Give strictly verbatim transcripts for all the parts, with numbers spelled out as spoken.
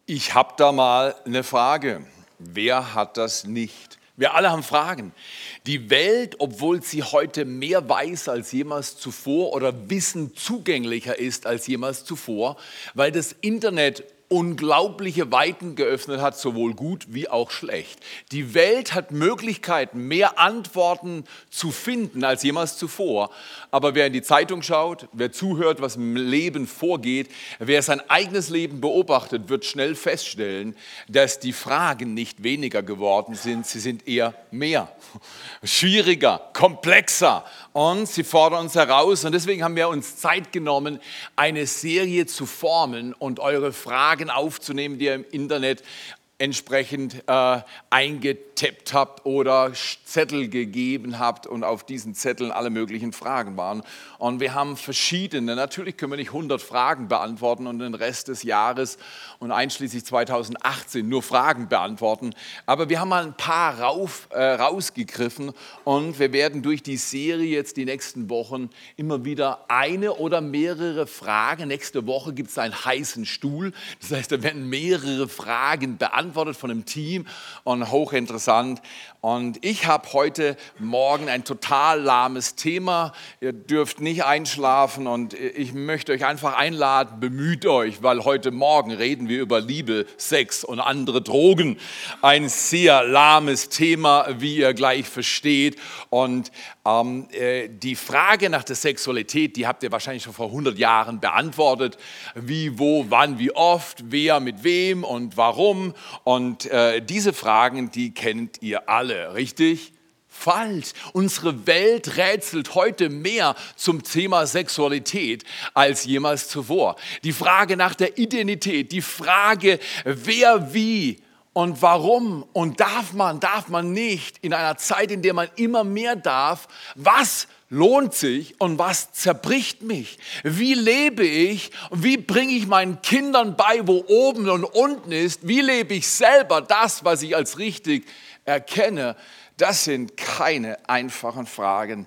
Ich habe da mal eine Frage. Wer hat das nicht? Wir alle haben Fragen. Die Welt, obwohl sie heute mehr weiß als jemals zuvor oder Wissen zugänglicher ist als jemals zuvor, weil das Internet unglaubliche Weiten geöffnet hat, sowohl gut wie auch schlecht. Die Welt hat Möglichkeiten, mehr Antworten zu finden als jemals zuvor. Aber wer in die Zeitung schaut, wer zuhört, was im Leben vorgeht, wer sein eigenes Leben beobachtet, wird schnell feststellen, dass die Fragen nicht weniger geworden sind, sie sind eher mehr. Schwieriger, komplexer und sie fordern uns heraus. Und deswegen haben wir uns Zeit genommen, eine Serie zu formen und eure Fragen aufzunehmen, die ihr im Internet entsprechend äh, eingetippt habt oder Zettel gegeben habt und auf diesen Zetteln alle möglichen Fragen waren. Und wir haben verschiedene, natürlich können wir nicht hundert Fragen beantworten und den Rest des Jahres und einschließlich zweitausendachtzehn nur Fragen beantworten, aber wir haben mal ein paar rauf, äh, rausgegriffen und wir werden durch die Serie jetzt die nächsten Wochen immer wieder eine oder mehrere Fragen, nächste Woche gibt es einen heißen Stuhl, das heißt, da werden mehrere Fragen beantwortet von einem Team und hochinteressant. Und ich habe heute Morgen ein total lahmes Thema. Ihr dürft nicht einschlafen und ich möchte euch einfach einladen, bemüht euch, weil heute Morgen reden wir über Liebe, Sex und andere Drogen. Ein sehr lahmes Thema, wie ihr gleich versteht. Und ähm, äh, die Frage nach der Sexualität, die habt ihr wahrscheinlich schon vor hundert Jahren beantwortet. Wie, wo, wann, wie oft, wer mit wem und warum. Und äh, diese Fragen, die kennt ihr alle, richtig? Falsch. Unsere Welt rätselt heute mehr zum Thema Sexualität als jemals zuvor. Die Frage nach der Identität, die Frage, wer wie und warum und darf man, darf man nicht, in einer Zeit, in der man immer mehr darf, was lohnt sich und was zerbricht mich? Wie lebe ich und wie bringe ich meinen Kindern bei, wo oben und unten ist? Wie lebe ich selber das, was ich als richtig erkenne? Das sind keine einfachen Fragen.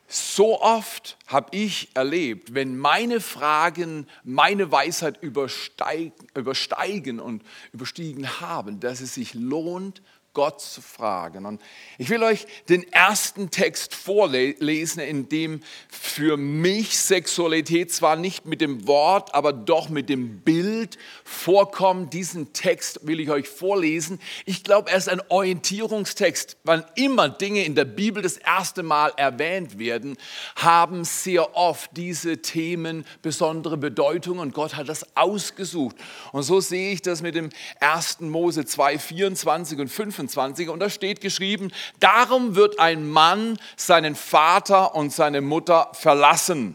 So oft habe ich erlebt, wenn meine Fragen meine Weisheit übersteigen, übersteigen und überstiegen haben, dass es sich lohnt, Gott zu fragen. Und ich will euch den ersten Text vorlesen, in dem für mich Sexualität zwar nicht mit dem Wort, aber doch mit dem Bild vorkommt. Diesen Text will ich euch vorlesen. Ich glaube, er ist ein Orientierungstext. Wann immer Dinge in der Bibel das erste Mal erwähnt werden, haben sehr oft diese Themen besondere Bedeutung und Gott hat das ausgesucht. Und so sehe ich das mit dem ersten Mose zwei, vierundzwanzig und fünfundzwanzig. Und da steht geschrieben, darum wird ein Mann seinen Vater und seine Mutter verlassen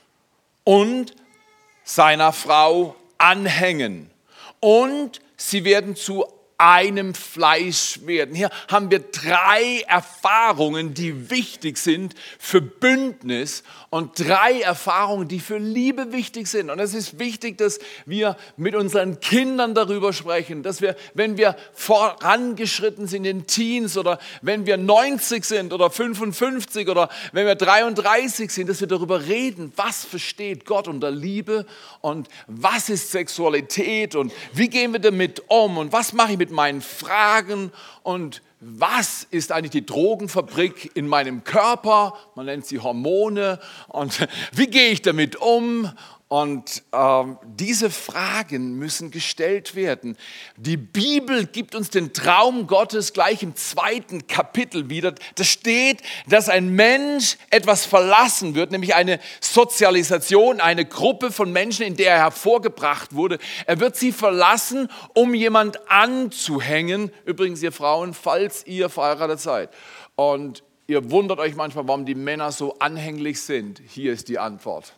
und seiner Frau anhängen und sie werden zu einem Fleisch werden. Hier haben wir drei Erfahrungen, die wichtig sind für Bündnis und drei Erfahrungen, die für Liebe wichtig sind. Und es ist wichtig, dass wir mit unseren Kindern darüber sprechen, dass wir, wenn wir vorangeschritten sind in Teens oder wenn wir neunzig sind oder fünfundfünfzig oder wenn wir dreiunddreißig sind, dass wir darüber reden, was versteht Gott unter Liebe und was ist Sexualität und wie gehen wir damit um und was mache ich mit meinen Fragen und was ist eigentlich die Drogenfabrik in meinem Körper? Man nennt sie Hormone. Und wie gehe ich damit um? Und ähm, diese Fragen müssen gestellt werden. Die Bibel gibt uns den Traum Gottes gleich im zweiten Kapitel wieder. Da steht, dass ein Mensch etwas verlassen wird, nämlich eine Sozialisation, eine Gruppe von Menschen, in der er hervorgebracht wurde. Er wird sie verlassen, um jemand anzuhängen. Übrigens, ihr Frauen, falls ihr verheiratet seid und ihr wundert euch manchmal, warum die Männer so anhänglich sind. Hier ist die Antwort.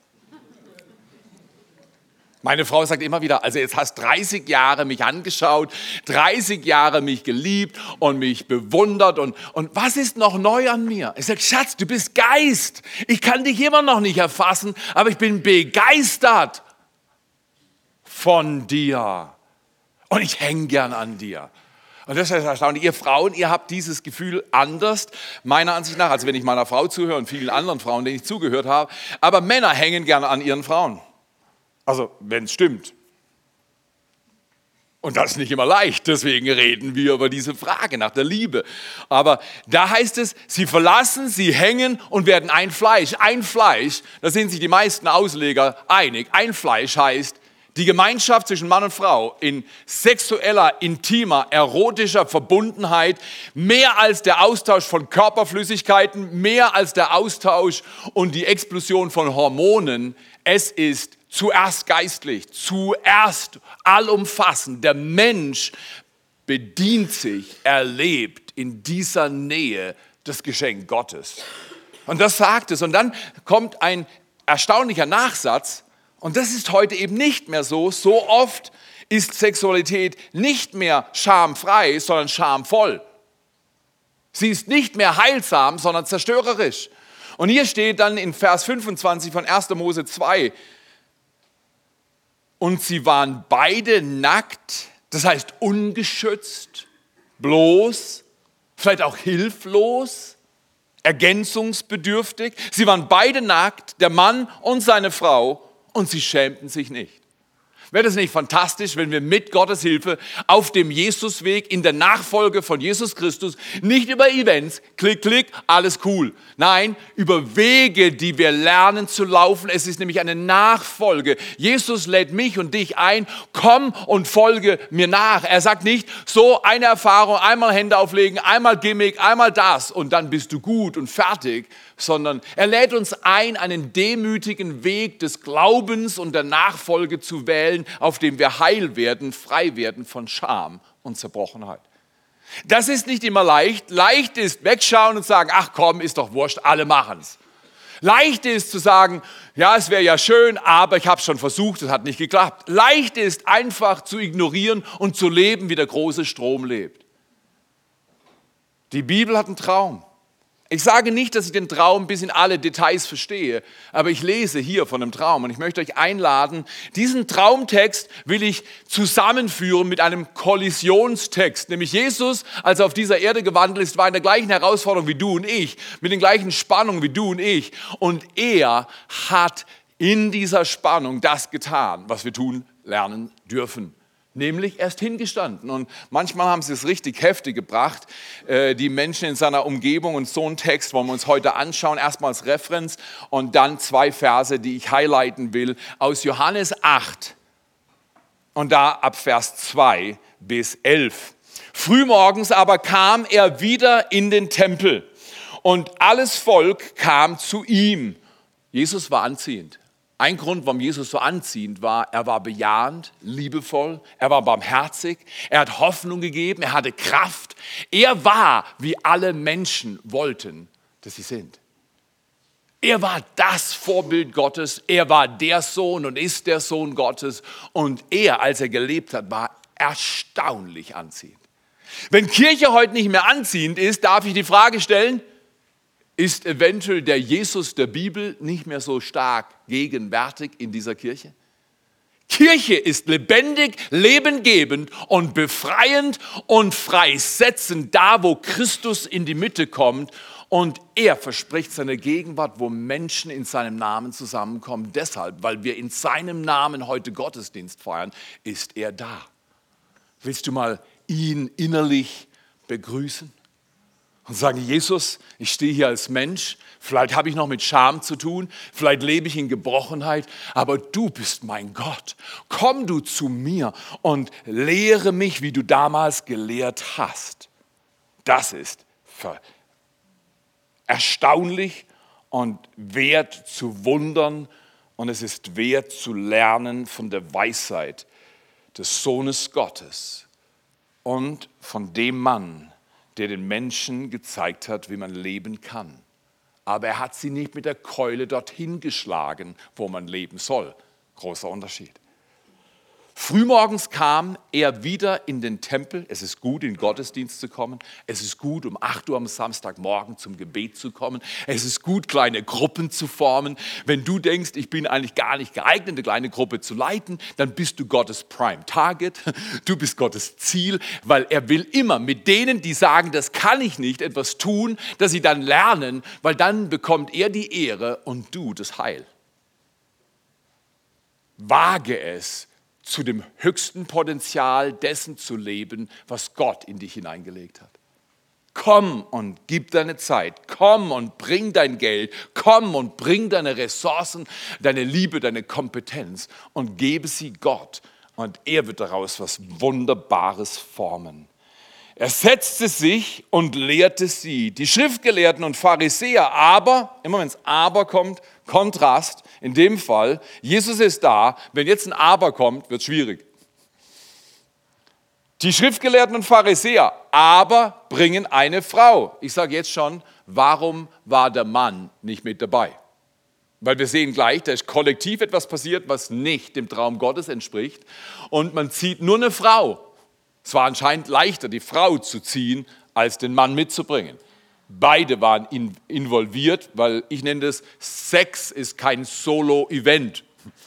Meine Frau sagt immer wieder, also jetzt hast dreißig Jahre mich angeschaut, dreißig Jahre mich geliebt und mich bewundert und, und was ist noch neu an mir? Ich sage, Schatz, du bist Geist. Ich kann dich immer noch nicht erfassen, aber ich bin begeistert von dir und ich hänge gern an dir. Und das ist erstaunlich. Ihr Frauen, ihr habt dieses Gefühl anders, meiner Ansicht nach, als wenn ich meiner Frau zuhöre und vielen anderen Frauen, denen ich zugehört habe. Aber Männer hängen gerne an ihren Frauen. Also, wenn es stimmt. Und das ist nicht immer leicht, deswegen reden wir über diese Frage nach der Liebe. Aber da heißt es, sie verlassen, sie hängen und werden ein Fleisch. Ein Fleisch, da sind sich die meisten Ausleger einig. Ein Fleisch heißt, die Gemeinschaft zwischen Mann und Frau in sexueller, intimer, erotischer Verbundenheit, mehr als der Austausch von Körperflüssigkeiten, mehr als der Austausch und die Explosion von Hormonen. Es ist zuerst geistlich, zuerst allumfassend. Der Mensch bedient sich, erlebt in dieser Nähe das Geschenk Gottes. Und das sagt es. Und dann kommt ein erstaunlicher Nachsatz. Und das ist heute eben nicht mehr so. So oft ist Sexualität nicht mehr schamfrei, sondern schamvoll. Sie ist nicht mehr heilsam, sondern zerstörerisch. Und hier steht dann in Vers fünfundzwanzig von erster Mose zwei, und sie waren beide nackt, das heißt ungeschützt, bloß, vielleicht auch hilflos, ergänzungsbedürftig. Sie waren beide nackt, der Mann und seine Frau, und sie schämten sich nicht. Wäre das nicht fantastisch, wenn wir mit Gottes Hilfe auf dem Jesusweg in der Nachfolge von Jesus Christus nicht über Events, klick, klick, alles cool. Nein, über Wege, die wir lernen zu laufen. Es ist nämlich eine Nachfolge. Jesus lädt mich und dich ein, komm und folge mir nach. Er sagt nicht, so eine Erfahrung, einmal Hände auflegen, einmal Gimmick, einmal das und dann bist du gut und fertig, sondern er lädt uns ein, einen demütigen Weg des Glaubens und der Nachfolge zu wählen, auf dem wir heil werden, frei werden von Scham und Zerbrochenheit. Das ist nicht immer leicht. Leicht ist wegschauen und sagen, ach komm, ist doch wurscht, alle machen's. Leicht ist zu sagen, ja, es wäre ja schön, aber ich habe es schon versucht, es hat nicht geklappt. Leicht ist einfach zu ignorieren und zu leben, wie der große Strom lebt. Die Bibel hat einen Traum. Ich sage nicht, dass ich den Traum bis in alle Details verstehe, aber ich lese hier von einem Traum und ich möchte euch einladen, diesen Traumtext will ich zusammenführen mit einem Kollisionstext, nämlich Jesus, als er auf dieser Erde gewandelt ist, war in der gleichen Herausforderung wie du und ich, mit den gleichen Spannungen wie du und ich, und er hat in dieser Spannung das getan, was wir tun lernen dürfen. Nämlich erst hingestanden. Und manchmal haben sie es richtig heftig gebracht, die Menschen in seiner Umgebung. Und so einen Text wollen wir uns heute anschauen. Erstmal als Referenz und dann zwei Verse, die ich highlighten will, aus Johannes acht und da ab Vers zwei bis elf. Frühmorgens aber kam er wieder in den Tempel und alles Volk kam zu ihm. Jesus war anziehend. Ein Grund, warum Jesus so anziehend war, er war bejahend, liebevoll, er war barmherzig, er hat Hoffnung gegeben, er hatte Kraft. Er war, wie alle Menschen wollten, dass sie sind. Er war das Vorbild Gottes, er war der Sohn und ist der Sohn Gottes. Und er, als er gelebt hat, war erstaunlich anziehend. Wenn Kirche heute nicht mehr anziehend ist, darf ich die Frage stellen, ist eventuell der Jesus der Bibel nicht mehr so stark gegenwärtig in dieser Kirche? Kirche ist lebendig, lebengebend und befreiend und freisetzend da, wo Christus in die Mitte kommt. Und er verspricht seine Gegenwart, wo Menschen in seinem Namen zusammenkommen. Deshalb, weil wir in seinem Namen heute Gottesdienst feiern, ist er da. Willst du mal ihn innerlich begrüßen? Und sagen, Jesus, ich stehe hier als Mensch, vielleicht habe ich noch mit Scham zu tun, vielleicht lebe ich in Gebrochenheit, aber du bist mein Gott. Komm du zu mir und lehre mich, wie du damals gelehrt hast. Das ist erstaunlich und wert zu wundern und es ist wert zu lernen von der Weisheit des Sohnes Gottes und von dem Mann, der den Menschen gezeigt hat, wie man leben kann. Aber er hat sie nicht mit der Keule dorthin geschlagen, wo man leben soll. Großer Unterschied. Frühmorgens kam er wieder in den Tempel. Es ist gut, in den Gottesdienst zu kommen. Es ist gut, um acht Uhr am Samstagmorgen zum Gebet zu kommen. Es ist gut, kleine Gruppen zu formen. Wenn du denkst, ich bin eigentlich gar nicht geeignet, eine kleine Gruppe zu leiten, dann bist du Gottes Prime Target. Du bist Gottes Ziel, weil er will immer mit denen, die sagen, das kann ich nicht, etwas tun, dass sie dann lernen, weil dann bekommt er die Ehre und du das Heil. Wage es, zu dem höchsten Potenzial dessen zu leben, was Gott in dich hineingelegt hat. Komm und gib deine Zeit, komm und bring dein Geld, komm und bring deine Ressourcen, deine Liebe, deine Kompetenz und gebe sie Gott und er wird daraus was Wunderbares formen. Er setzte sich und lehrte sie, die Schriftgelehrten und Pharisäer, aber, immer wenn es aber kommt, Kontrast, in dem Fall, Jesus ist da, wenn jetzt ein aber kommt, wird es schwierig. Die Schriftgelehrten und Pharisäer aber bringen eine Frau. Ich sage jetzt schon, warum war der Mann nicht mit dabei? Weil wir sehen gleich, da ist kollektiv etwas passiert, was nicht dem Traum Gottes entspricht. Und man zieht nur eine Frau. Es war anscheinend leichter, die Frau zu ziehen, als den Mann mitzubringen. Beide waren in, involviert, weil ich nenne das, Sex ist kein Solo-Event.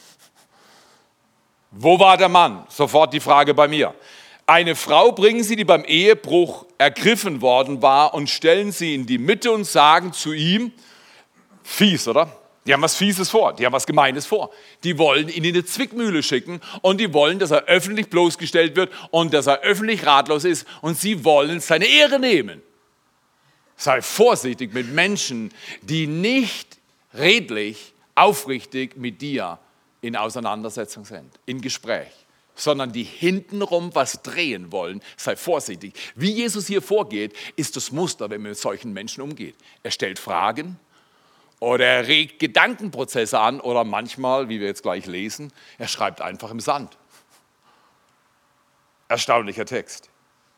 Wo war der Mann? Sofort die Frage bei mir. Eine Frau bringen sie, die beim Ehebruch ergriffen worden war und stellen sie in die Mitte und sagen zu ihm, fies, oder? Die haben was Fieses vor, die haben was Gemeines vor. Die wollen ihn in eine Zwickmühle schicken und die wollen, dass er öffentlich bloßgestellt wird und dass er öffentlich ratlos ist und sie wollen seine Ehre nehmen. Sei vorsichtig mit Menschen, die nicht redlich, aufrichtig mit dir in Auseinandersetzung sind, in Gespräch, sondern die hintenrum was drehen wollen. Sei vorsichtig. Wie Jesus hier vorgeht, ist das Muster, wenn man mit solchen Menschen umgeht. Er stellt Fragen oder er regt Gedankenprozesse an oder manchmal, wie wir jetzt gleich lesen, er schreibt einfach im Sand. Erstaunlicher Text.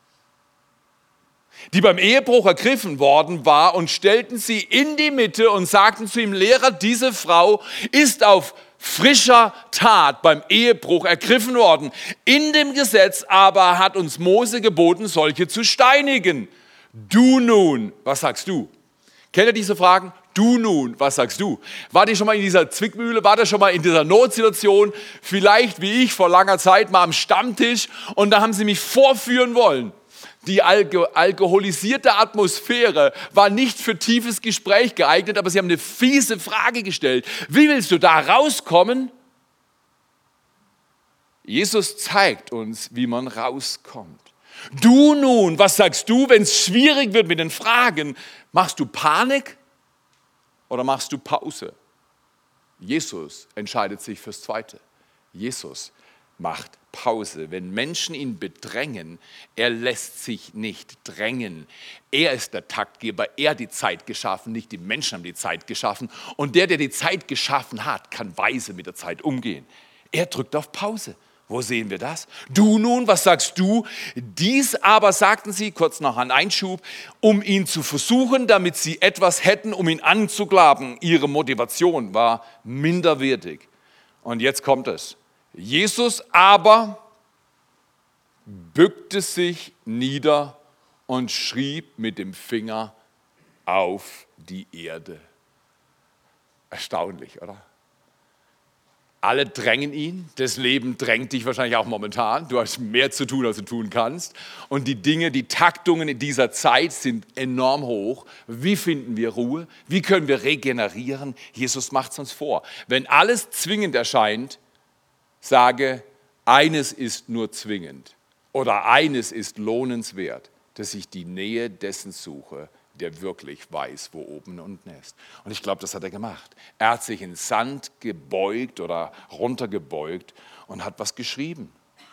Die beim Ehebruch ergriffen worden war und stellten sie in die Mitte und sagten zu ihm, Lehrer, diese Frau ist auf frischer Tat beim Ehebruch ergriffen worden. In dem Gesetz aber hat uns Mose geboten, solche zu steinigen. Du nun, was sagst du? Kennt ihr diese Fragen? Du nun, was sagst du? War ihr schon mal in dieser Zwickmühle? War ihr schon mal in dieser Notsituation? Vielleicht wie ich vor langer Zeit mal am Stammtisch und da haben sie mich vorführen wollen. Die alko- alkoholisierte Atmosphäre war nicht für tiefes Gespräch geeignet, aber sie haben eine fiese Frage gestellt. Wie willst du da rauskommen? Jesus zeigt uns, wie man rauskommt. Du nun, was sagst du, wenn es schwierig wird mit den Fragen? Machst du Panik oder machst du Pause? Jesus entscheidet sich fürs Zweite. Jesus macht Pause. Wenn Menschen ihn bedrängen, er lässt sich nicht drängen. Er ist der Taktgeber, er hat die Zeit geschaffen, nicht die Menschen haben die Zeit geschaffen. Und der, der die Zeit geschaffen hat, kann weise mit der Zeit umgehen. Er drückt auf Pause. Wo sehen wir das? Du nun, was sagst du? Dies aber sagten sie, kurz noch ein Einschub, um ihn zu versuchen, damit sie etwas hätten, um ihn anzuklagen. Ihre Motivation war minderwertig. Und jetzt kommt es. Jesus aber bückte sich nieder und schrieb mit dem Finger auf die Erde. Erstaunlich, oder? Alle drängen ihn, das Leben drängt dich wahrscheinlich auch momentan. Du hast mehr zu tun, als du tun kannst. Und die Dinge, die Taktungen in dieser Zeit sind enorm hoch. Wie finden wir Ruhe? Wie können wir regenerieren? Jesus macht es uns vor. Wenn alles zwingend erscheint, sage, eines ist nur zwingend oder eines ist lohnenswert, dass ich die Nähe dessen suche, der wirklich weiß, wo oben und unten ist. Und ich glaube, das hat er gemacht. Er hat sich in Sand gebeugt oder runtergebeugt und hat was geschrieben.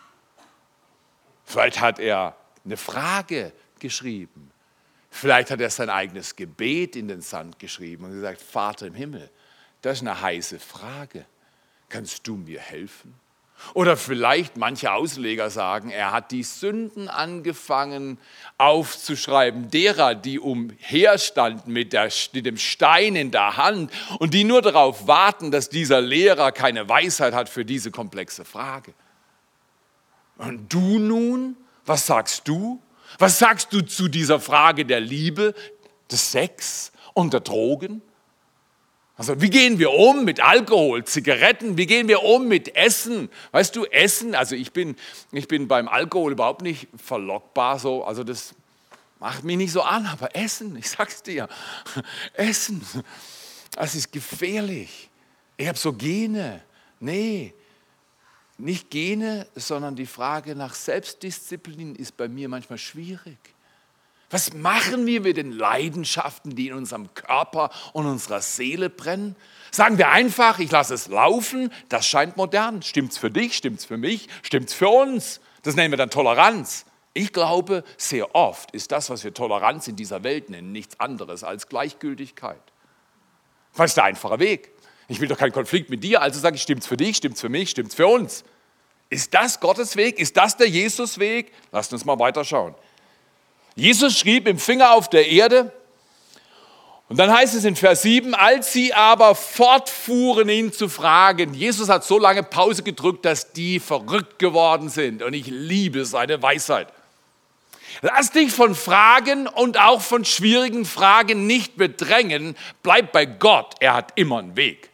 Vielleicht hat er eine Frage geschrieben. Vielleicht hat er sein eigenes Gebet in den Sand geschrieben und gesagt, Vater im Himmel, das ist eine heiße Frage. Kannst du mir helfen? Oder vielleicht, manche Ausleger sagen, er hat die Sünden angefangen aufzuschreiben, derer, die umherstanden mit, der, mit dem Stein in der Hand und die nur darauf warten, dass dieser Lehrer keine Weisheit hat für diese komplexe Frage. Und du nun, was sagst du? Was sagst du zu dieser Frage der Liebe, des Sex und der Drogen? Also wie gehen wir um mit Alkohol, Zigaretten, wie gehen wir um mit Essen? Weißt du, Essen, also ich bin, ich bin beim Alkohol überhaupt nicht verlockbar, so, also das macht mich nicht so an, aber Essen, ich sag's dir, Essen, das ist gefährlich. Ich habe so Gene, nee, nicht Gene, sondern die Frage nach Selbstdisziplin ist bei mir manchmal schwierig. Was machen wir mit den Leidenschaften, die in unserem Körper und unserer Seele brennen? Sagen wir einfach, ich lasse es laufen, das scheint modern. Stimmt's für dich, stimmt's für mich, stimmt's für uns? Das nennen wir dann Toleranz. Ich glaube, sehr oft ist das, was wir Toleranz in dieser Welt nennen, nichts anderes als Gleichgültigkeit. Was ist der einfache Weg? Ich will doch keinen Konflikt mit dir, also sage ich, stimmt's für dich, stimmt's für mich, stimmt's für uns. Ist das Gottes Weg? Ist das der Jesusweg? Lasst uns mal weiterschauen. Jesus schrieb im Finger auf der Erde und dann heißt es in Vers sieben, als sie aber fortfuhren, ihn zu fragen. Jesus hat so lange Pause gedrückt, dass die verrückt geworden sind und ich liebe seine Weisheit. Lass dich von Fragen und auch von schwierigen Fragen nicht bedrängen, bleib bei Gott, er hat immer einen Weg.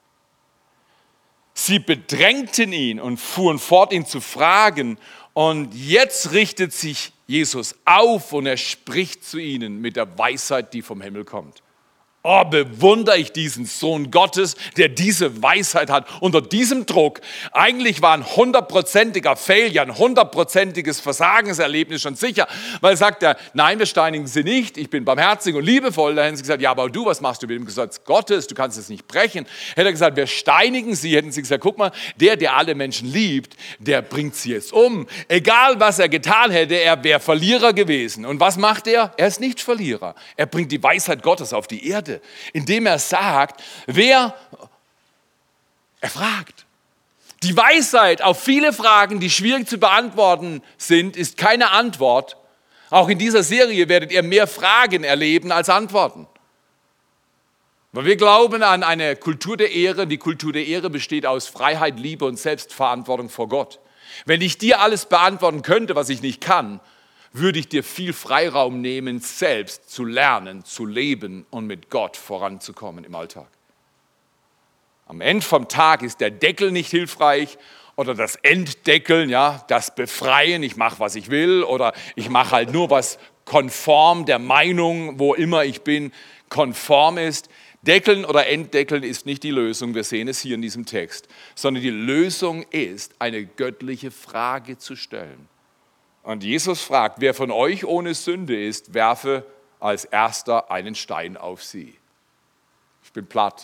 Sie bedrängten ihn und fuhren fort, ihn zu fragen. Und jetzt richtet sich Jesus auf und er spricht zu ihnen mit der Weisheit, die vom Himmel kommt. Oh, bewundere ich diesen Sohn Gottes, der diese Weisheit hat, unter diesem Druck. Eigentlich war ein hundertprozentiger Failure, ein hundertprozentiges Versagenserlebnis schon sicher, weil sagt er, nein, wir steinigen sie nicht, ich bin barmherzig und liebevoll. Da hätten sie gesagt, ja, aber du, was machst du mit dem Gesetz Gottes, du kannst es nicht brechen. Hätte er gesagt, wir steinigen sie, hätten sie gesagt, guck mal, der, der alle Menschen liebt, der bringt sie jetzt um. Egal, was er getan hätte, er wäre Verlierer gewesen. Und was macht er? Er ist nicht Verlierer. Er bringt die Weisheit Gottes auf die Erde, indem er sagt, wer, er fragt. Die Weisheit auf viele Fragen, die schwierig zu beantworten sind, ist keine Antwort. Auch in dieser Serie werdet ihr mehr Fragen erleben als Antworten. Weil wir glauben an eine Kultur der Ehre. Die Kultur der Ehre besteht aus Freiheit, Liebe und Selbstverantwortung vor Gott. Wenn ich dir alles beantworten könnte, was ich nicht kann, würde ich dir viel Freiraum nehmen, selbst zu lernen, zu leben und mit Gott voranzukommen im Alltag. Am Ende vom Tag ist der Deckel nicht hilfreich oder das Entdeckeln, ja, das Befreien, ich mache, was ich will oder ich mache halt nur, was konform der Meinung, wo immer ich bin, konform ist. Deckeln oder Entdeckeln ist nicht die Lösung, wir sehen es hier in diesem Text, sondern die Lösung ist, eine göttliche Frage zu stellen. Und Jesus fragt, wer von euch ohne Sünde ist, werfe als erster einen Stein auf sie. Ich bin platt.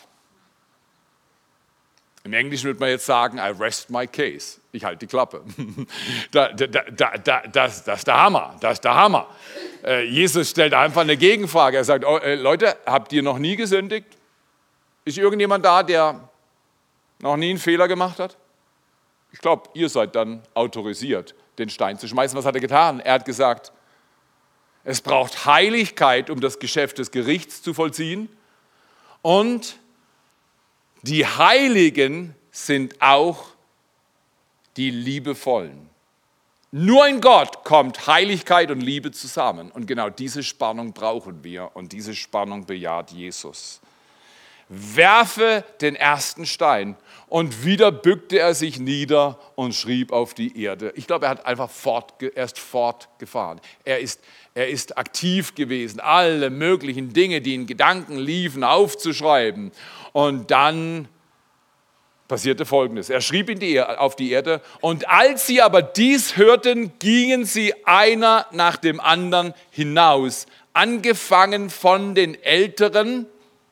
Im Englischen würde man jetzt sagen, I rest my case. Ich halte die Klappe. da, da, da, da, das, das ist der Hammer. Das ist der Hammer. Äh, Jesus stellt einfach eine Gegenfrage. Er sagt, oh, äh, Leute, habt ihr noch nie gesündigt? Ist irgendjemand da, der noch nie einen Fehler gemacht hat? Ich glaube, ihr seid dann autorisiert, den Stein zu schmeißen. Was hat er getan? Er hat gesagt, es braucht Heiligkeit, um das Geschäft des Gerichts zu vollziehen. Und die Heiligen sind auch die Liebevollen. Nur in Gott kommt Heiligkeit und Liebe zusammen. Und genau diese Spannung brauchen wir und diese Spannung bejaht Jesus. Werfe den ersten Stein. Und wieder bückte er sich nieder und schrieb auf die Erde. Ich glaube, er hat einfach fortge- er ist fortgefahren. Er ist, er ist aktiv gewesen, alle möglichen Dinge, die in Gedanken liefen, aufzuschreiben. Und dann passierte Folgendes. Er schrieb in die, auf die Erde. Und als sie aber dies hörten, gingen sie einer nach dem anderen hinaus, angefangen von den Älteren.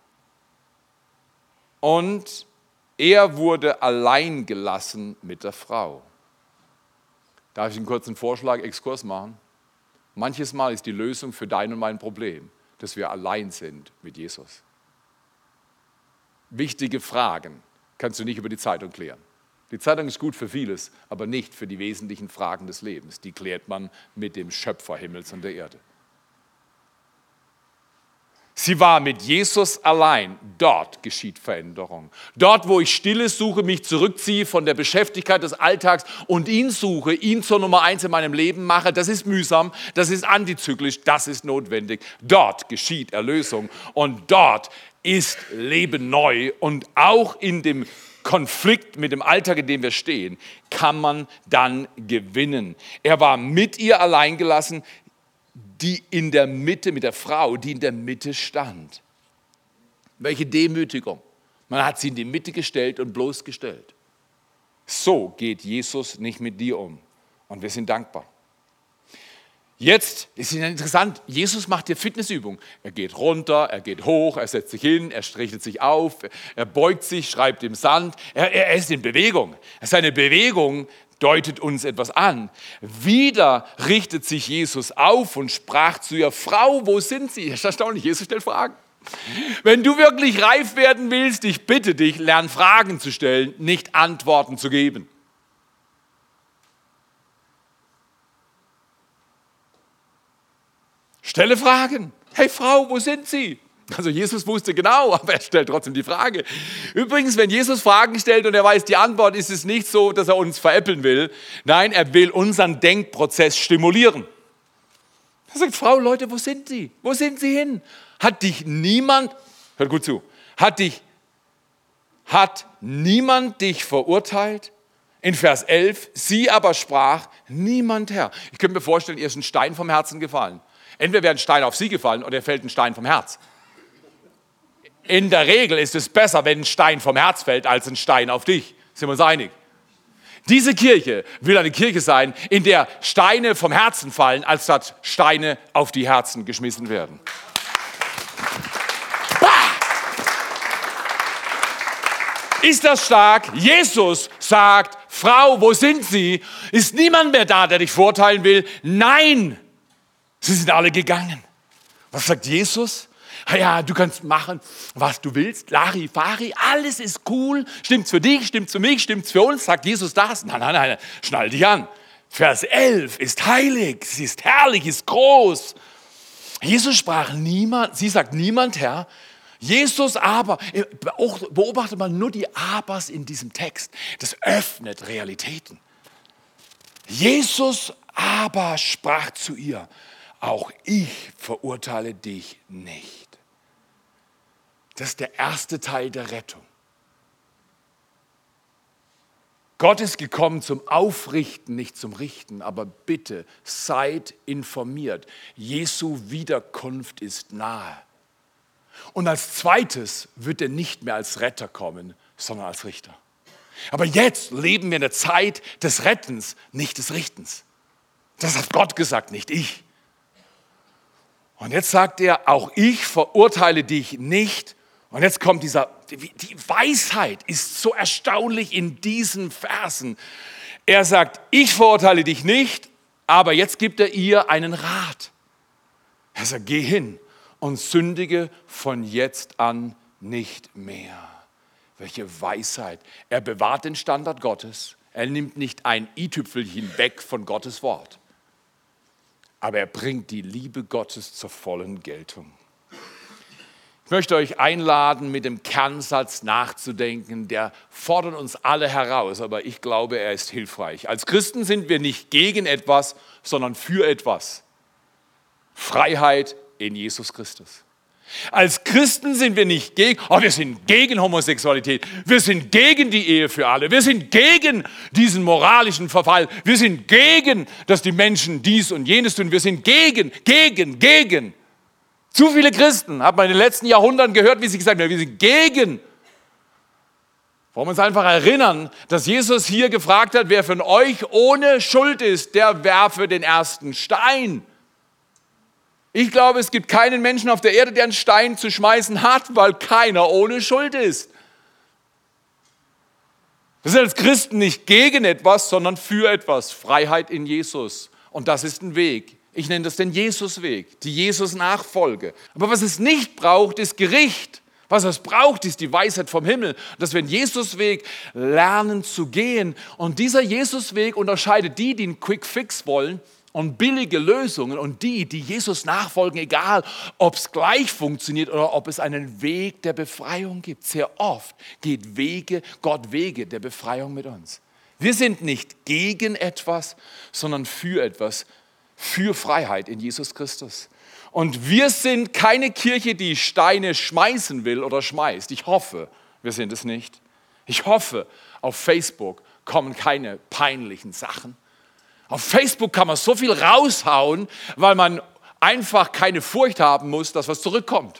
Und er wurde allein gelassen mit der Frau. Darf ich einen kurzen Vorschlag, Exkurs machen? Manches Mal ist die Lösung für dein und mein Problem, dass wir allein sind mit Jesus. Wichtige Fragen kannst du nicht über die Zeitung klären. Die Zeitung ist gut für vieles, aber nicht für die wesentlichen Fragen des Lebens. Die klärt man mit dem Schöpfer Himmels und der Erde. Sie war mit Jesus allein. Dort geschieht Veränderung. Dort, wo ich Stille suche, mich zurückziehe von der Beschäftigkeit des Alltags und ihn suche, ihn zur Nummer eins in meinem Leben mache, das ist mühsam, das ist antizyklisch, das ist notwendig. Dort geschieht Erlösung und dort ist Leben neu. Und auch in dem Konflikt mit dem Alltag, in dem wir stehen, kann man dann gewinnen. Er war mit ihr allein gelassen, die in der Mitte, mit der Frau, die in der Mitte stand. Welche Demütigung. Man hat sie in die Mitte gestellt und bloßgestellt. So geht Jesus nicht mit dir um. Und wir sind dankbar. Jetzt ist es interessant, Jesus macht hier Fitnessübungen. Er geht runter, er geht hoch, er setzt sich hin, er richtet sich auf, er beugt sich, schreibt im Sand. Er, er ist in Bewegung. Seine Bewegung deutet uns etwas an. Wieder richtet sich Jesus auf und sprach zu ihr, Frau, wo sind Sie? Das ist erstaunlich, Jesus stellt Fragen. Wenn du wirklich reif werden willst, ich bitte dich, lern Fragen zu stellen, nicht Antworten zu geben. Stelle Fragen. Hey Frau, wo sind Sie? Also Jesus wusste genau, aber er stellt trotzdem die Frage. Übrigens, wenn Jesus Fragen stellt und er weiß die Antwort, ist es nicht so, dass er uns veräppeln will. Nein, er will unseren Denkprozess stimulieren. Er sagt, Frau, Leute, wo sind Sie? Wo sind Sie hin? Hat dich niemand, hört gut zu, hat dich, hat niemand dich verurteilt? In Vers elf, sie aber sprach, niemand Herr. Ich könnte mir vorstellen, ihr ist ein Stein vom Herzen gefallen. Entweder wäre ein Stein auf sie gefallen oder er fällt ein Stein vom Herz. In der Regel ist es besser, wenn ein Stein vom Herz fällt, als ein Stein auf dich. Sind wir uns einig? Diese Kirche will eine Kirche sein, in der Steine vom Herzen fallen, als dass Steine auf die Herzen geschmissen werden. Bah! Ist das stark? Jesus sagt, Frau, wo sind Sie? Ist niemand mehr da, der dich verurteilen will? Nein! Sie sind alle gegangen. Was sagt Jesus? Ja, du kannst machen, was du willst. Lari, Fari, alles ist cool. Stimmt's für dich, stimmt's für mich, stimmt's für uns? Sagt Jesus das? Nein, nein, nein, schnall dich an. Vers elf ist heilig, sie ist herrlich, ist groß. Jesus sprach niemand, sie sagt niemand, Herr. Jesus aber, beobachtet man nur die Abers in diesem Text. Das öffnet Realitäten. Jesus aber sprach zu ihr, auch ich verurteile dich nicht. Das ist der erste Teil der Rettung. Gott ist gekommen zum Aufrichten, nicht zum Richten, aber bitte seid informiert. Jesu Wiederkunft ist nahe. Und als zweites wird er nicht mehr als Retter kommen, sondern als Richter. Aber jetzt leben wir in der Zeit des Rettens, nicht des Richtens. Das hat Gott gesagt, nicht ich. Und jetzt sagt er, auch ich verurteile dich nicht. Und jetzt kommt dieser, die Weisheit ist so erstaunlich in diesen Versen. Er sagt, ich verurteile dich nicht, aber jetzt gibt er ihr einen Rat. Er sagt, geh hin und sündige von jetzt an nicht mehr. Welche Weisheit. Er bewahrt den Standard Gottes. Er nimmt nicht ein i-Tüpfelchen weg von Gottes Wort. Aber er bringt die Liebe Gottes zur vollen Geltung. Ich möchte euch einladen, mit dem Kernsatz nachzudenken. Der fordert uns alle heraus, aber ich glaube, er ist hilfreich. Als Christen sind wir nicht gegen etwas, sondern für etwas. Freiheit in Jesus Christus. Als Christen sind wir nicht gegen, oh, wir sind gegen Homosexualität, wir sind gegen die Ehe für alle, wir sind gegen diesen moralischen Verfall, wir sind gegen, dass die Menschen dies und jenes tun, wir sind gegen, gegen, gegen. Zu viele Christen, hat man in den letzten Jahrhunderten gehört, wie sie gesagt haben, wir sind gegen. Wollen wir uns einfach erinnern, dass Jesus hier gefragt hat, wer von euch ohne Schuld ist, der werfe den ersten Stein. Ich glaube, es gibt keinen Menschen auf der Erde, der einen Stein zu schmeißen hat, weil keiner ohne Schuld ist. Wir sind als Christen nicht gegen etwas, sondern für etwas. Freiheit in Jesus. Und das ist ein Weg. Ich nenne das den Jesusweg, die Jesus-Nachfolge. Aber was es nicht braucht, ist Gericht. Was es braucht, ist die Weisheit vom Himmel, dass wir den Jesusweg lernen zu gehen. Und dieser Jesusweg unterscheidet die, die einen Quick Fix wollen und billige Lösungen und die, die Jesus nachfolgen, egal ob es gleich funktioniert oder ob es einen Weg der Befreiung gibt. Sehr oft geht Wege, Gott Wege der Befreiung mit uns. Wir sind nicht gegen etwas, sondern für etwas, für Freiheit in Jesus Christus. Und wir sind keine Kirche, die Steine schmeißen will oder schmeißt. Ich hoffe, wir sind es nicht. Ich hoffe, auf Facebook kommen keine peinlichen Sachen. Auf Facebook kann man so viel raushauen, weil man einfach keine Furcht haben muss, dass was zurückkommt.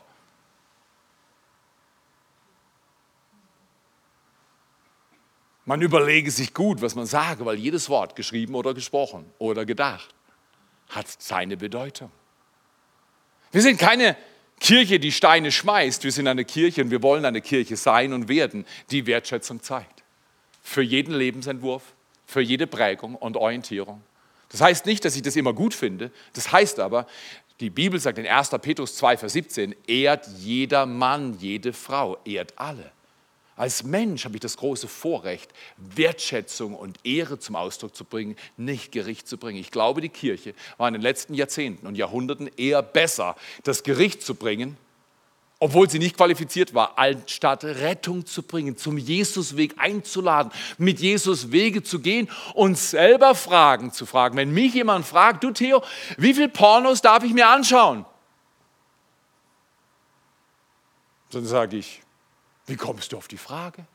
Man überlege sich gut, was man sage, weil jedes Wort, geschrieben oder gesprochen oder gedacht, hat seine Bedeutung. Wir sind keine Kirche, die Steine schmeißt. Wir sind eine Kirche und wir wollen eine Kirche sein und werden, die Wertschätzung zeigt. Für jeden Lebensentwurf, für jede Prägung und Orientierung. Das heißt nicht, dass ich das immer gut finde. Das heißt aber, die Bibel sagt in erster Petrus zwei, Vers siebzehn, ehrt jeder Mann, jede Frau, ehrt alle. Als Mensch habe ich das große Vorrecht, Wertschätzung und Ehre zum Ausdruck zu bringen, nicht Gericht zu bringen. Ich glaube, die Kirche war in den letzten Jahrzehnten und Jahrhunderten eher besser, das Gericht zu bringen, obwohl sie nicht qualifiziert war, anstatt Rettung zu bringen, zum Jesusweg einzuladen, mit Jesus Wege zu gehen und selber Fragen zu fragen. Wenn mich jemand fragt, du Theo, wie viel Pornos darf ich mir anschauen? Dann sage ich, wie kommst du auf die Frage?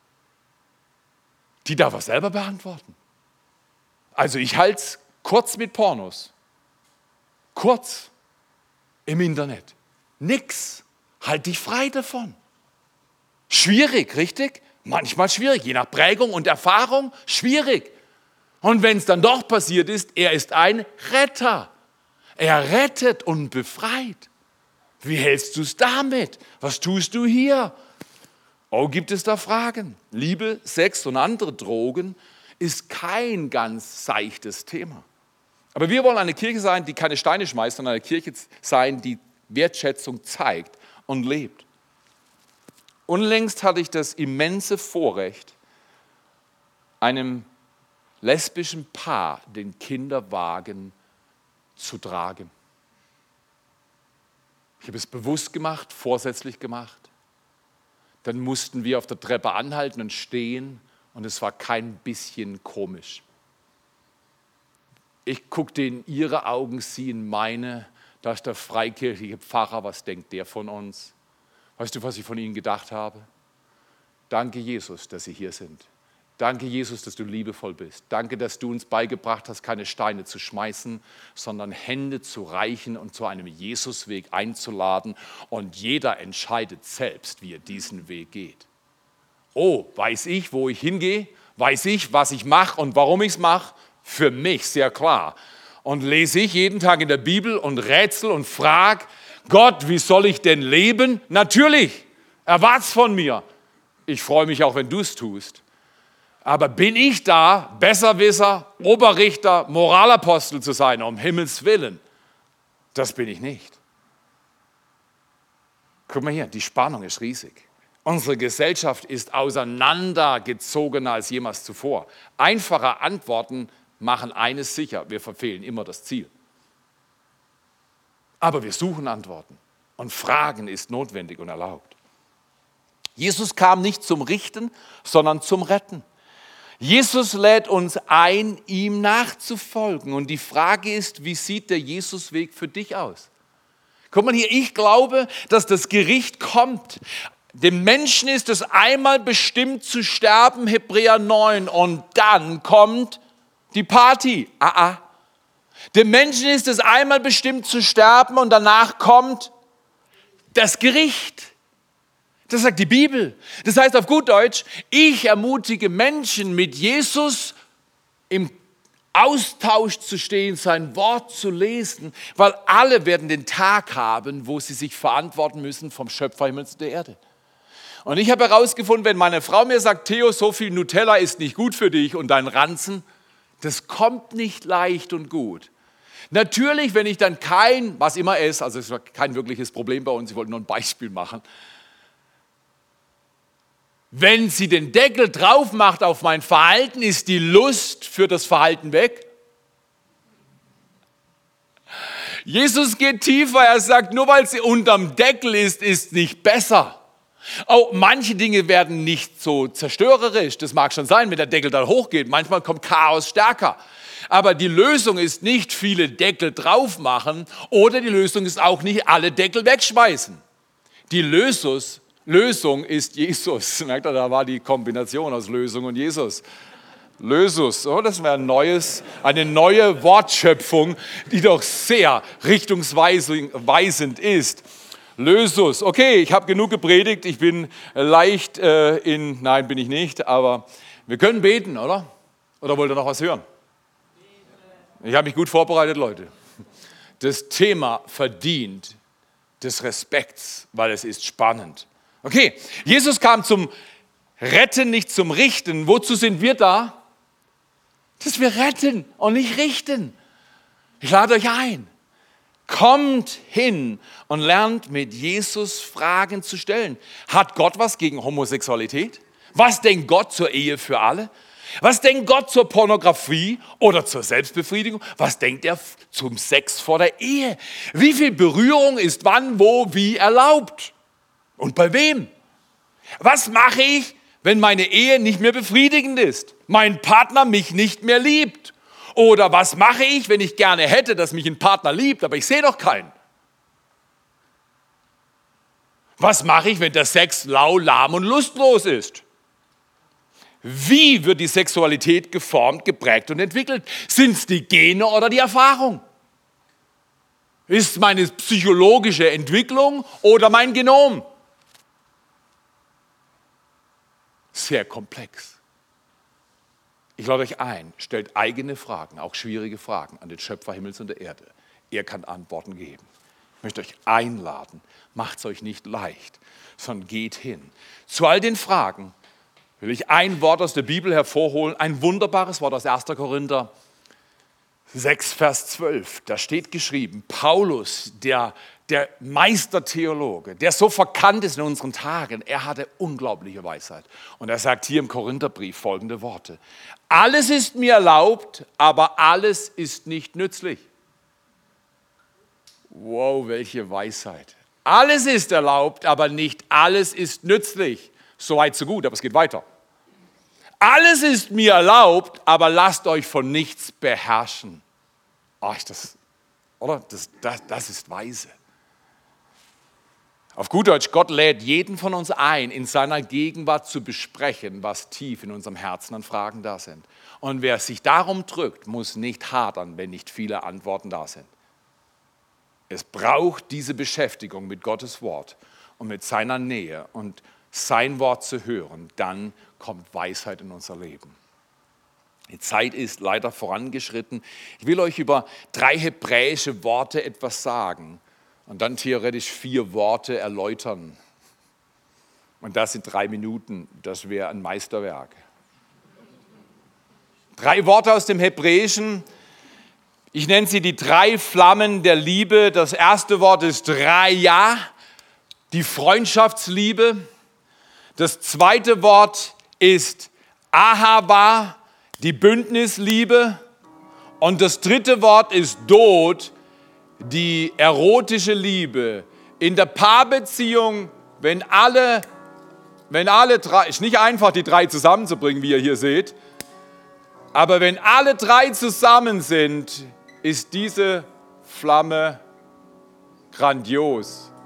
Die darf er selber beantworten. Also ich halte es kurz mit Pornos. Kurz im Internet. Nix. Halt dich frei davon. Schwierig, richtig? Manchmal schwierig, je nach Prägung und Erfahrung, schwierig. Und wenn es dann doch passiert ist, er ist ein Retter. Er rettet und befreit. Wie hältst du es damit? Was tust du hier? Oh, gibt es da Fragen? Liebe, Sex und andere Drogen ist kein ganz seichtes Thema. Aber wir wollen eine Kirche sein, die keine Steine schmeißt, sondern eine Kirche sein, die Wertschätzung zeigt und lebt. Unlängst hatte ich das immense Vorrecht, einem lesbischen Paar den Kinderwagen zu tragen. Ich habe es bewusst gemacht, vorsätzlich gemacht. Dann mussten wir auf der Treppe anhalten und stehen und es war kein bisschen komisch. Ich guckte in ihre Augen, sie in meine, da ist der freikirchliche Pfarrer, was denkt der von uns? Weißt du, was ich von ihnen gedacht habe? Danke, Jesus, dass Sie hier sind. Danke, Jesus, dass du liebevoll bist. Danke, dass du uns beigebracht hast, keine Steine zu schmeißen, sondern Hände zu reichen und zu einem Jesusweg einzuladen. Und jeder entscheidet selbst, wie er diesen Weg geht. Oh, weiß ich, wo ich hingehe? Weiß ich, was ich mache und warum ich es mache? Für mich sehr klar. Und lese ich jeden Tag in der Bibel und rätsel und frage, Gott, wie soll ich denn leben? Natürlich, erwart's von mir. Ich freue mich auch, wenn du es tust. Aber bin ich da, Besserwisser, Oberrichter, Moralapostel zu sein, um Himmels Willen? Das bin ich nicht. Guck mal hier, die Spannung ist riesig. Unsere Gesellschaft ist auseinandergezogener als jemals zuvor. Einfache Antworten machen eines sicher, wir verfehlen immer das Ziel. Aber wir suchen Antworten und Fragen ist notwendig und erlaubt. Jesus kam nicht zum Richten, sondern zum Retten. Jesus lädt uns ein, ihm nachzufolgen. Und die Frage ist, wie sieht der Jesusweg für dich aus? Guck mal hier, ich glaube, dass das Gericht kommt. Dem Menschen ist es einmal bestimmt zu sterben, Hebräer neun, und dann kommt die Party. Ah, ah. Dem Menschen ist es einmal bestimmt zu sterben und danach kommt das Gericht. Das sagt die Bibel. Das heißt auf gut Deutsch, ich ermutige Menschen, mit Jesus im Austausch zu stehen, sein Wort zu lesen, weil alle werden den Tag haben, wo sie sich verantworten müssen vom Schöpferhimmel zu der Erde. Und ich habe herausgefunden, wenn meine Frau mir sagt, Theo, so viel Nutella ist nicht gut für dich und dein Ranzen, das kommt nicht leicht und gut. Natürlich, wenn ich dann kein, was immer esse, also es war kein wirkliches Problem bei uns, ich wollte nur ein Beispiel machen, wenn sie den Deckel drauf macht auf mein Verhalten, ist die Lust für das Verhalten weg. Jesus geht tiefer, er sagt, nur weil sie unterm Deckel ist, ist nicht besser. Auch manche Dinge werden nicht so zerstörerisch, das mag schon sein, wenn der Deckel dann hochgeht, manchmal kommt Chaos stärker. Aber die Lösung ist nicht viele Deckel drauf machen oder die Lösung ist auch nicht alle Deckel wegschmeißen. Die Lösung Lösung ist Jesus. Merkt ihr, da war die Kombination aus Lösung und Jesus. Lösus, oh, das wäre ein neues, eine neue Wortschöpfung, die doch sehr richtungsweisend ist. Lösus, okay, ich habe genug gepredigt, ich bin leicht äh, in, nein, bin ich nicht, aber Wir können beten, oder? Oder wollt ihr noch was hören? Ich habe mich gut vorbereitet, Leute. Das Thema verdient des Respekts, weil es ist spannend. Okay, Jesus kam zum Retten, nicht zum Richten. Wozu sind wir da? Dass wir retten und nicht richten. Ich lade euch ein. Kommt hin und lernt mit Jesus Fragen zu stellen. Hat Gott was gegen Homosexualität? Was denkt Gott zur Ehe für alle? Was denkt Gott zur Pornografie oder zur Selbstbefriedigung? Was denkt er zum Sex vor der Ehe? Wie viel Berührung ist wann, wo, wie erlaubt? Und bei wem? Was mache ich, wenn meine Ehe nicht mehr befriedigend ist? Mein Partner mich nicht mehr liebt? Oder was mache ich, wenn ich gerne hätte, dass mich ein Partner liebt, aber ich sehe doch keinen? Was mache ich, wenn der Sex lau, lahm und lustlos ist? Wie wird die Sexualität geformt, geprägt und entwickelt? Sind es die Gene oder die Erfahrung? Ist meine psychologische Entwicklung oder mein Genom? Sehr komplex. Ich lade euch ein, stellt eigene Fragen, auch schwierige Fragen an den Schöpfer Himmels und der Erde. Er kann Antworten geben. Ich möchte euch einladen, macht es euch nicht leicht, sondern geht hin. Zu all den Fragen will ich ein Wort aus der Bibel hervorholen, ein wunderbares Wort aus erster Korinther sechs, Vers zwölf. Da steht geschrieben, Paulus, der, der Meistertheologe, der so verkannt ist in unseren Tagen, er hatte unglaubliche Weisheit. Und er sagt hier im Korintherbrief folgende Worte. Alles ist mir erlaubt, aber alles ist nicht nützlich. Wow, welche Weisheit. Alles ist erlaubt, aber nicht alles ist nützlich. So weit, so gut, aber es geht weiter. Alles ist mir erlaubt, aber lasst euch von nichts beherrschen. Ach, das, oder? Das, das, das ist weise. Auf gut Deutsch, Gott lädt jeden von uns ein, in seiner Gegenwart zu besprechen, was tief in unserem Herzen an Fragen da sind. Und wer sich darum drückt, muss nicht hadern, wenn nicht viele Antworten da sind. Es braucht diese Beschäftigung mit Gottes Wort und mit seiner Nähe und sein Wort zu hören, dann kommt Weisheit in unser Leben. Die Zeit ist leider vorangeschritten. Ich will euch über drei hebräische Worte etwas sagen und dann theoretisch vier Worte erläutern. Und das sind drei Minuten, das wäre ein Meisterwerk. Drei Worte aus dem Hebräischen. Ich nenne sie die drei Flammen der Liebe. Das erste Wort ist Raya, die Freundschaftsliebe. Das zweite Wort ist Ahava, die Bündnisliebe. Und das dritte Wort ist Dod, die erotische Liebe. In der Paarbeziehung, wenn alle, wenn alle drei, ist nicht einfach, die drei zusammenzubringen, wie ihr hier seht, aber wenn alle drei zusammen sind, ist diese Flamme grandios.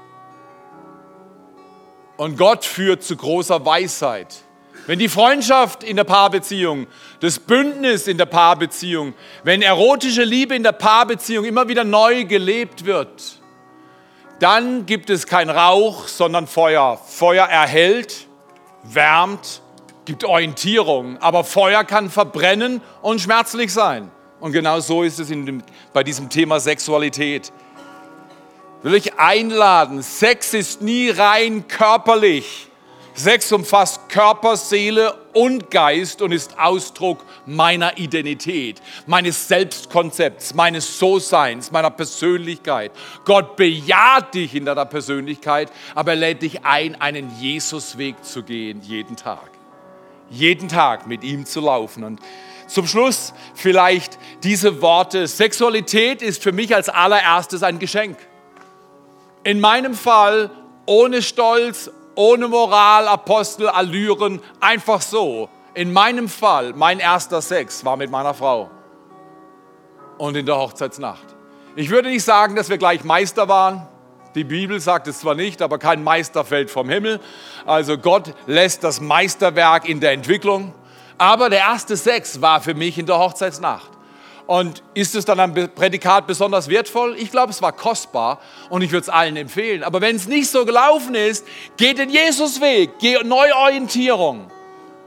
Und Gott führt zu großer Weisheit. Wenn die Freundschaft in der Paarbeziehung, das Bündnis in der Paarbeziehung, wenn erotische Liebe in der Paarbeziehung immer wieder neu gelebt wird, dann gibt es kein Rauch, sondern Feuer. Feuer erhält, wärmt, gibt Orientierung, aber Feuer kann verbrennen und schmerzlich sein. Und genau so ist es in dem, bei diesem Thema Sexualität. Will ich einladen, Sex ist nie rein körperlich. Sex umfasst Körper, Seele und Geist und ist Ausdruck meiner Identität, meines Selbstkonzepts, meines So-Seins, meiner Persönlichkeit. Gott bejaht dich in deiner Persönlichkeit, aber er lädt dich ein, einen Jesusweg zu gehen, jeden Tag. Jeden Tag mit ihm zu laufen. Und zum Schluss vielleicht diese Worte. Sexualität ist für mich als allererstes ein Geschenk. In meinem Fall ohne Stolz, ohne Moral, Apostel, Allüren, einfach so. In meinem Fall, mein erster Sex war mit meiner Frau und in der Hochzeitsnacht. Ich würde nicht sagen, dass wir gleich Meister waren. Die Bibel sagt es zwar nicht, aber kein Meister fällt vom Himmel. Also Gott lässt das Meisterwerk in der Entwicklung. Aber der erste Sex war für mich in der Hochzeitsnacht. Und ist es dann ein Prädikat besonders wertvoll? Ich glaube, es war kostbar und ich würde es allen empfehlen. Aber wenn es nicht so gelaufen ist, geht den Jesusweg, geht Neuorientierung.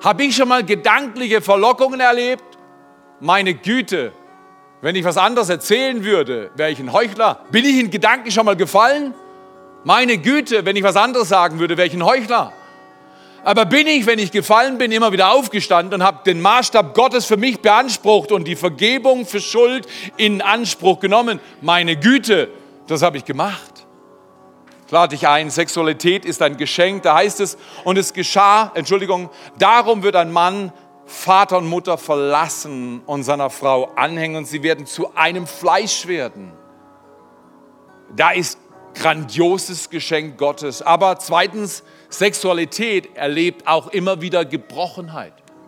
Habe ich schon mal gedankliche Verlockungen erlebt? Meine Güte, wenn ich was anderes erzählen würde, wäre ich ein Heuchler. Bin ich in Gedanken schon mal gefallen? Meine Güte, wenn ich was anderes sagen würde, wäre ich ein Heuchler. Aber bin ich, wenn ich gefallen bin, immer wieder aufgestanden und habe den Maßstab Gottes für mich beansprucht und die Vergebung für Schuld in Anspruch genommen? Meine Güte, das habe ich gemacht. Ich lade dich ein, Sexualität ist ein Geschenk, da heißt es, und es geschah, Entschuldigung, darum wird ein Mann Vater und Mutter verlassen und seiner Frau anhängen und sie werden zu einem Fleisch werden. Da ist grandioses Geschenk Gottes. Aber zweitens, Sexualität erlebt auch immer wieder Gebrochenheit.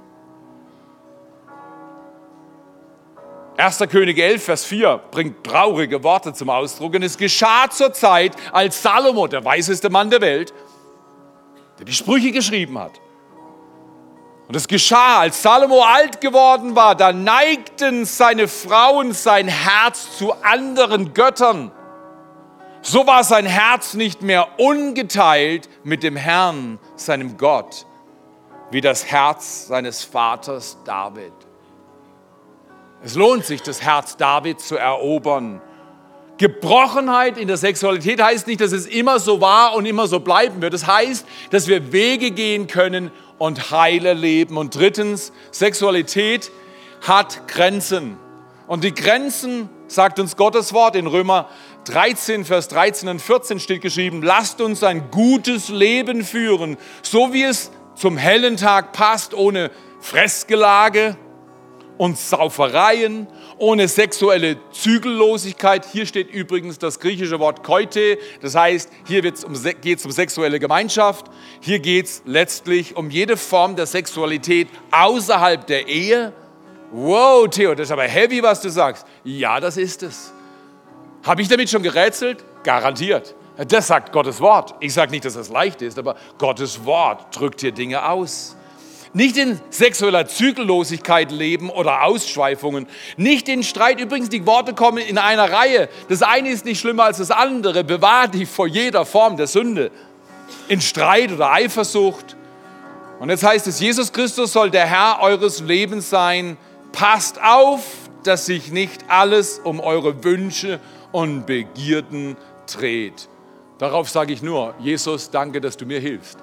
erster Könige elf, Vers vier bringt traurige Worte zum Ausdruck. Und es geschah zur Zeit, als Salomo, der weiseste Mann der Welt, der die Sprüche geschrieben hat. Und es geschah, als Salomo alt geworden war, da neigten seine Frauen sein Herz zu anderen Göttern. So war sein Herz nicht mehr ungeteilt mit dem Herrn, seinem Gott, wie das Herz seines Vaters David. Es lohnt sich, das Herz Davids zu erobern. Gebrochenheit in der Sexualität heißt nicht, dass es immer so war und immer so bleiben wird. Das heißt, dass wir Wege gehen können und heile leben. Und drittens, Sexualität hat Grenzen. Und die Grenzen, sagt uns Gottes Wort in Römer dreizehn, Vers dreizehn und vierzehn steht geschrieben, lasst uns ein gutes Leben führen, so wie es zum hellen Tag passt, ohne Fressgelage und Saufereien, ohne sexuelle Zügellosigkeit. Hier steht übrigens das griechische Wort koite, das heißt, hier geht es um, um sexuelle Gemeinschaft. Hier geht es letztlich um jede Form der Sexualität außerhalb der Ehe. Wow, Theo, das ist aber heavy, was du sagst. Ja, das ist es. Habe ich damit schon gerätselt? Garantiert. Das sagt Gottes Wort. Ich sage nicht, dass das leicht ist, aber Gottes Wort drückt hier Dinge aus. Nicht in sexueller Zügellosigkeit leben oder Ausschweifungen. Nicht in Streit. Übrigens, die Worte kommen in einer Reihe. Das eine ist nicht schlimmer als das andere. Bewahr dich vor jeder Form der Sünde. In Streit oder Eifersucht. Und jetzt heißt es, Jesus Christus soll der Herr eures Lebens sein. Passt auf, dass sich nicht alles um eure Wünsche und Begierden dreht. Darauf sage ich nur, Jesus, danke, dass du mir hilfst.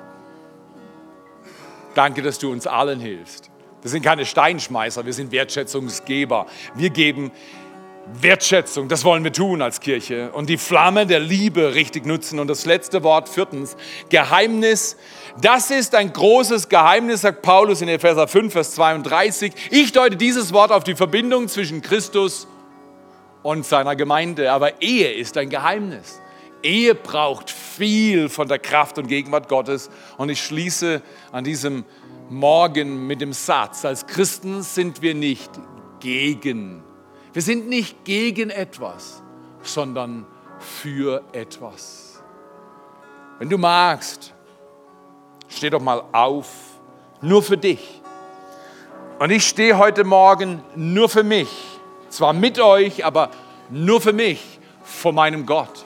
Danke, dass du uns allen hilfst. Wir sind keine Steinschmeißer, wir sind Wertschätzungsgeber. Wir geben Wertschätzung, das wollen wir tun als Kirche. Und die Flamme der Liebe richtig nutzen. Und das letzte Wort, viertens, Geheimnis. Das ist ein großes Geheimnis, sagt Paulus in Epheser fünf, Vers zweiunddreißig. Ich deute dieses Wort auf die Verbindung zwischen Christus und seiner Gemeinde. Aber Ehe ist ein Geheimnis. Ehe braucht viel von der Kraft und Gegenwart Gottes. Und ich schließe an diesem Morgen mit dem Satz, als Christen sind wir nicht gegen. Wir sind nicht gegen etwas, sondern für etwas. Wenn du magst, steh doch mal auf, nur für dich. Und ich stehe heute Morgen nur für mich. Zwar mit euch, aber nur für mich vor meinem Gott.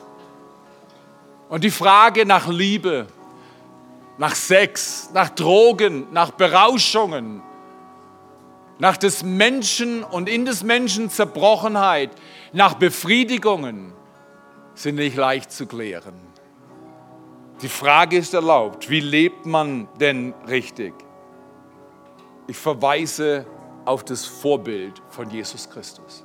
Und die Frage nach Liebe, nach Sex, nach Drogen, nach Berauschungen, nach des Menschen und in des Menschen Zerbrochenheit, nach Befriedigungen, sind nicht leicht zu klären. Die Frage ist erlaubt, wie lebt man denn richtig? Ich verweise auf das Vorbild von Jesus Christus.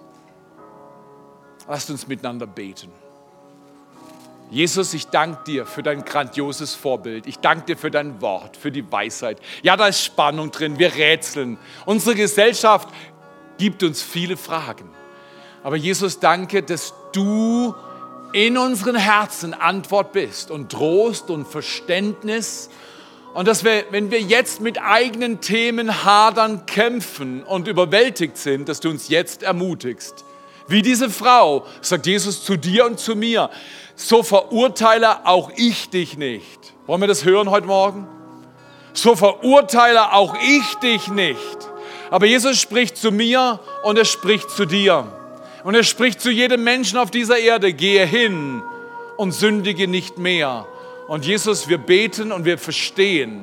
Lasst uns miteinander beten. Jesus, ich danke dir für dein grandioses Vorbild. Ich danke dir für dein Wort, für die Weisheit. Ja, da ist Spannung drin, wir rätseln. Unsere Gesellschaft gibt uns viele Fragen. Aber Jesus, danke, dass du in unseren Herzen Antwort bist und Trost und Verständnis. Und dass wir, wenn wir jetzt mit eigenen Themen hadern, kämpfen und überwältigt sind, dass du uns jetzt ermutigst. Wie diese Frau, sagt Jesus zu dir und zu mir, so verurteile auch ich dich nicht. Wollen wir das hören heute Morgen? So verurteile auch ich dich nicht. Aber Jesus spricht zu mir und er spricht zu dir. Und er spricht zu jedem Menschen auf dieser Erde, gehe hin und sündige nicht mehr. Und Jesus, wir beten und wir verstehen,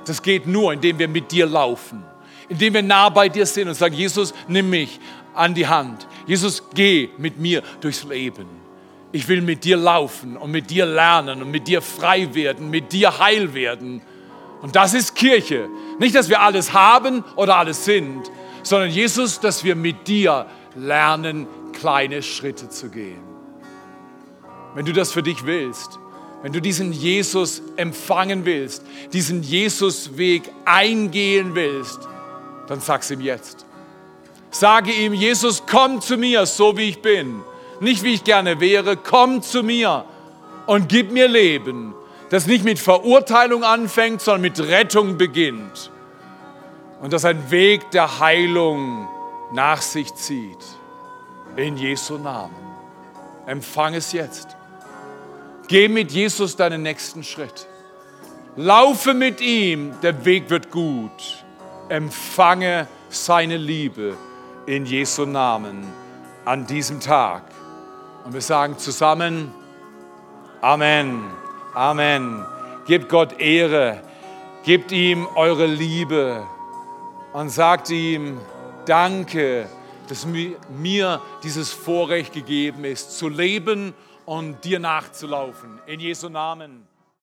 Das geht nur, indem wir mit dir laufen, indem wir nah bei dir sind und sagen, Jesus, nimm mich an die Hand. Jesus, geh mit mir durchs Leben. Ich will mit dir laufen und mit dir lernen und mit dir frei werden, mit dir heil werden. Und das ist Kirche. Nicht, dass wir alles haben oder alles sind, sondern Jesus, dass wir mit dir lernen, kleine Schritte zu gehen. Wenn du das für dich willst, wenn du diesen Jesus empfangen willst, diesen Jesus-Weg eingehen willst, dann sag's ihm jetzt. Sage ihm, Jesus, komm zu mir, so wie ich bin. Nicht wie ich gerne wäre, komm zu mir und gib mir Leben, das nicht mit Verurteilung anfängt, sondern mit Rettung beginnt. Und das ein Weg der Heilung nach sich zieht. In Jesu Namen. Empfang es jetzt. Geh mit Jesus deinen nächsten Schritt. Laufe mit ihm, der Weg wird gut. Empfange seine Liebe in Jesu Namen an diesem Tag. Und wir sagen zusammen, Amen, Amen. Gebt Gott Ehre, gebt ihm eure Liebe und sagt ihm, danke, dass mir dieses Vorrecht gegeben ist, zu leben und dir nachzulaufen. In Jesu Namen.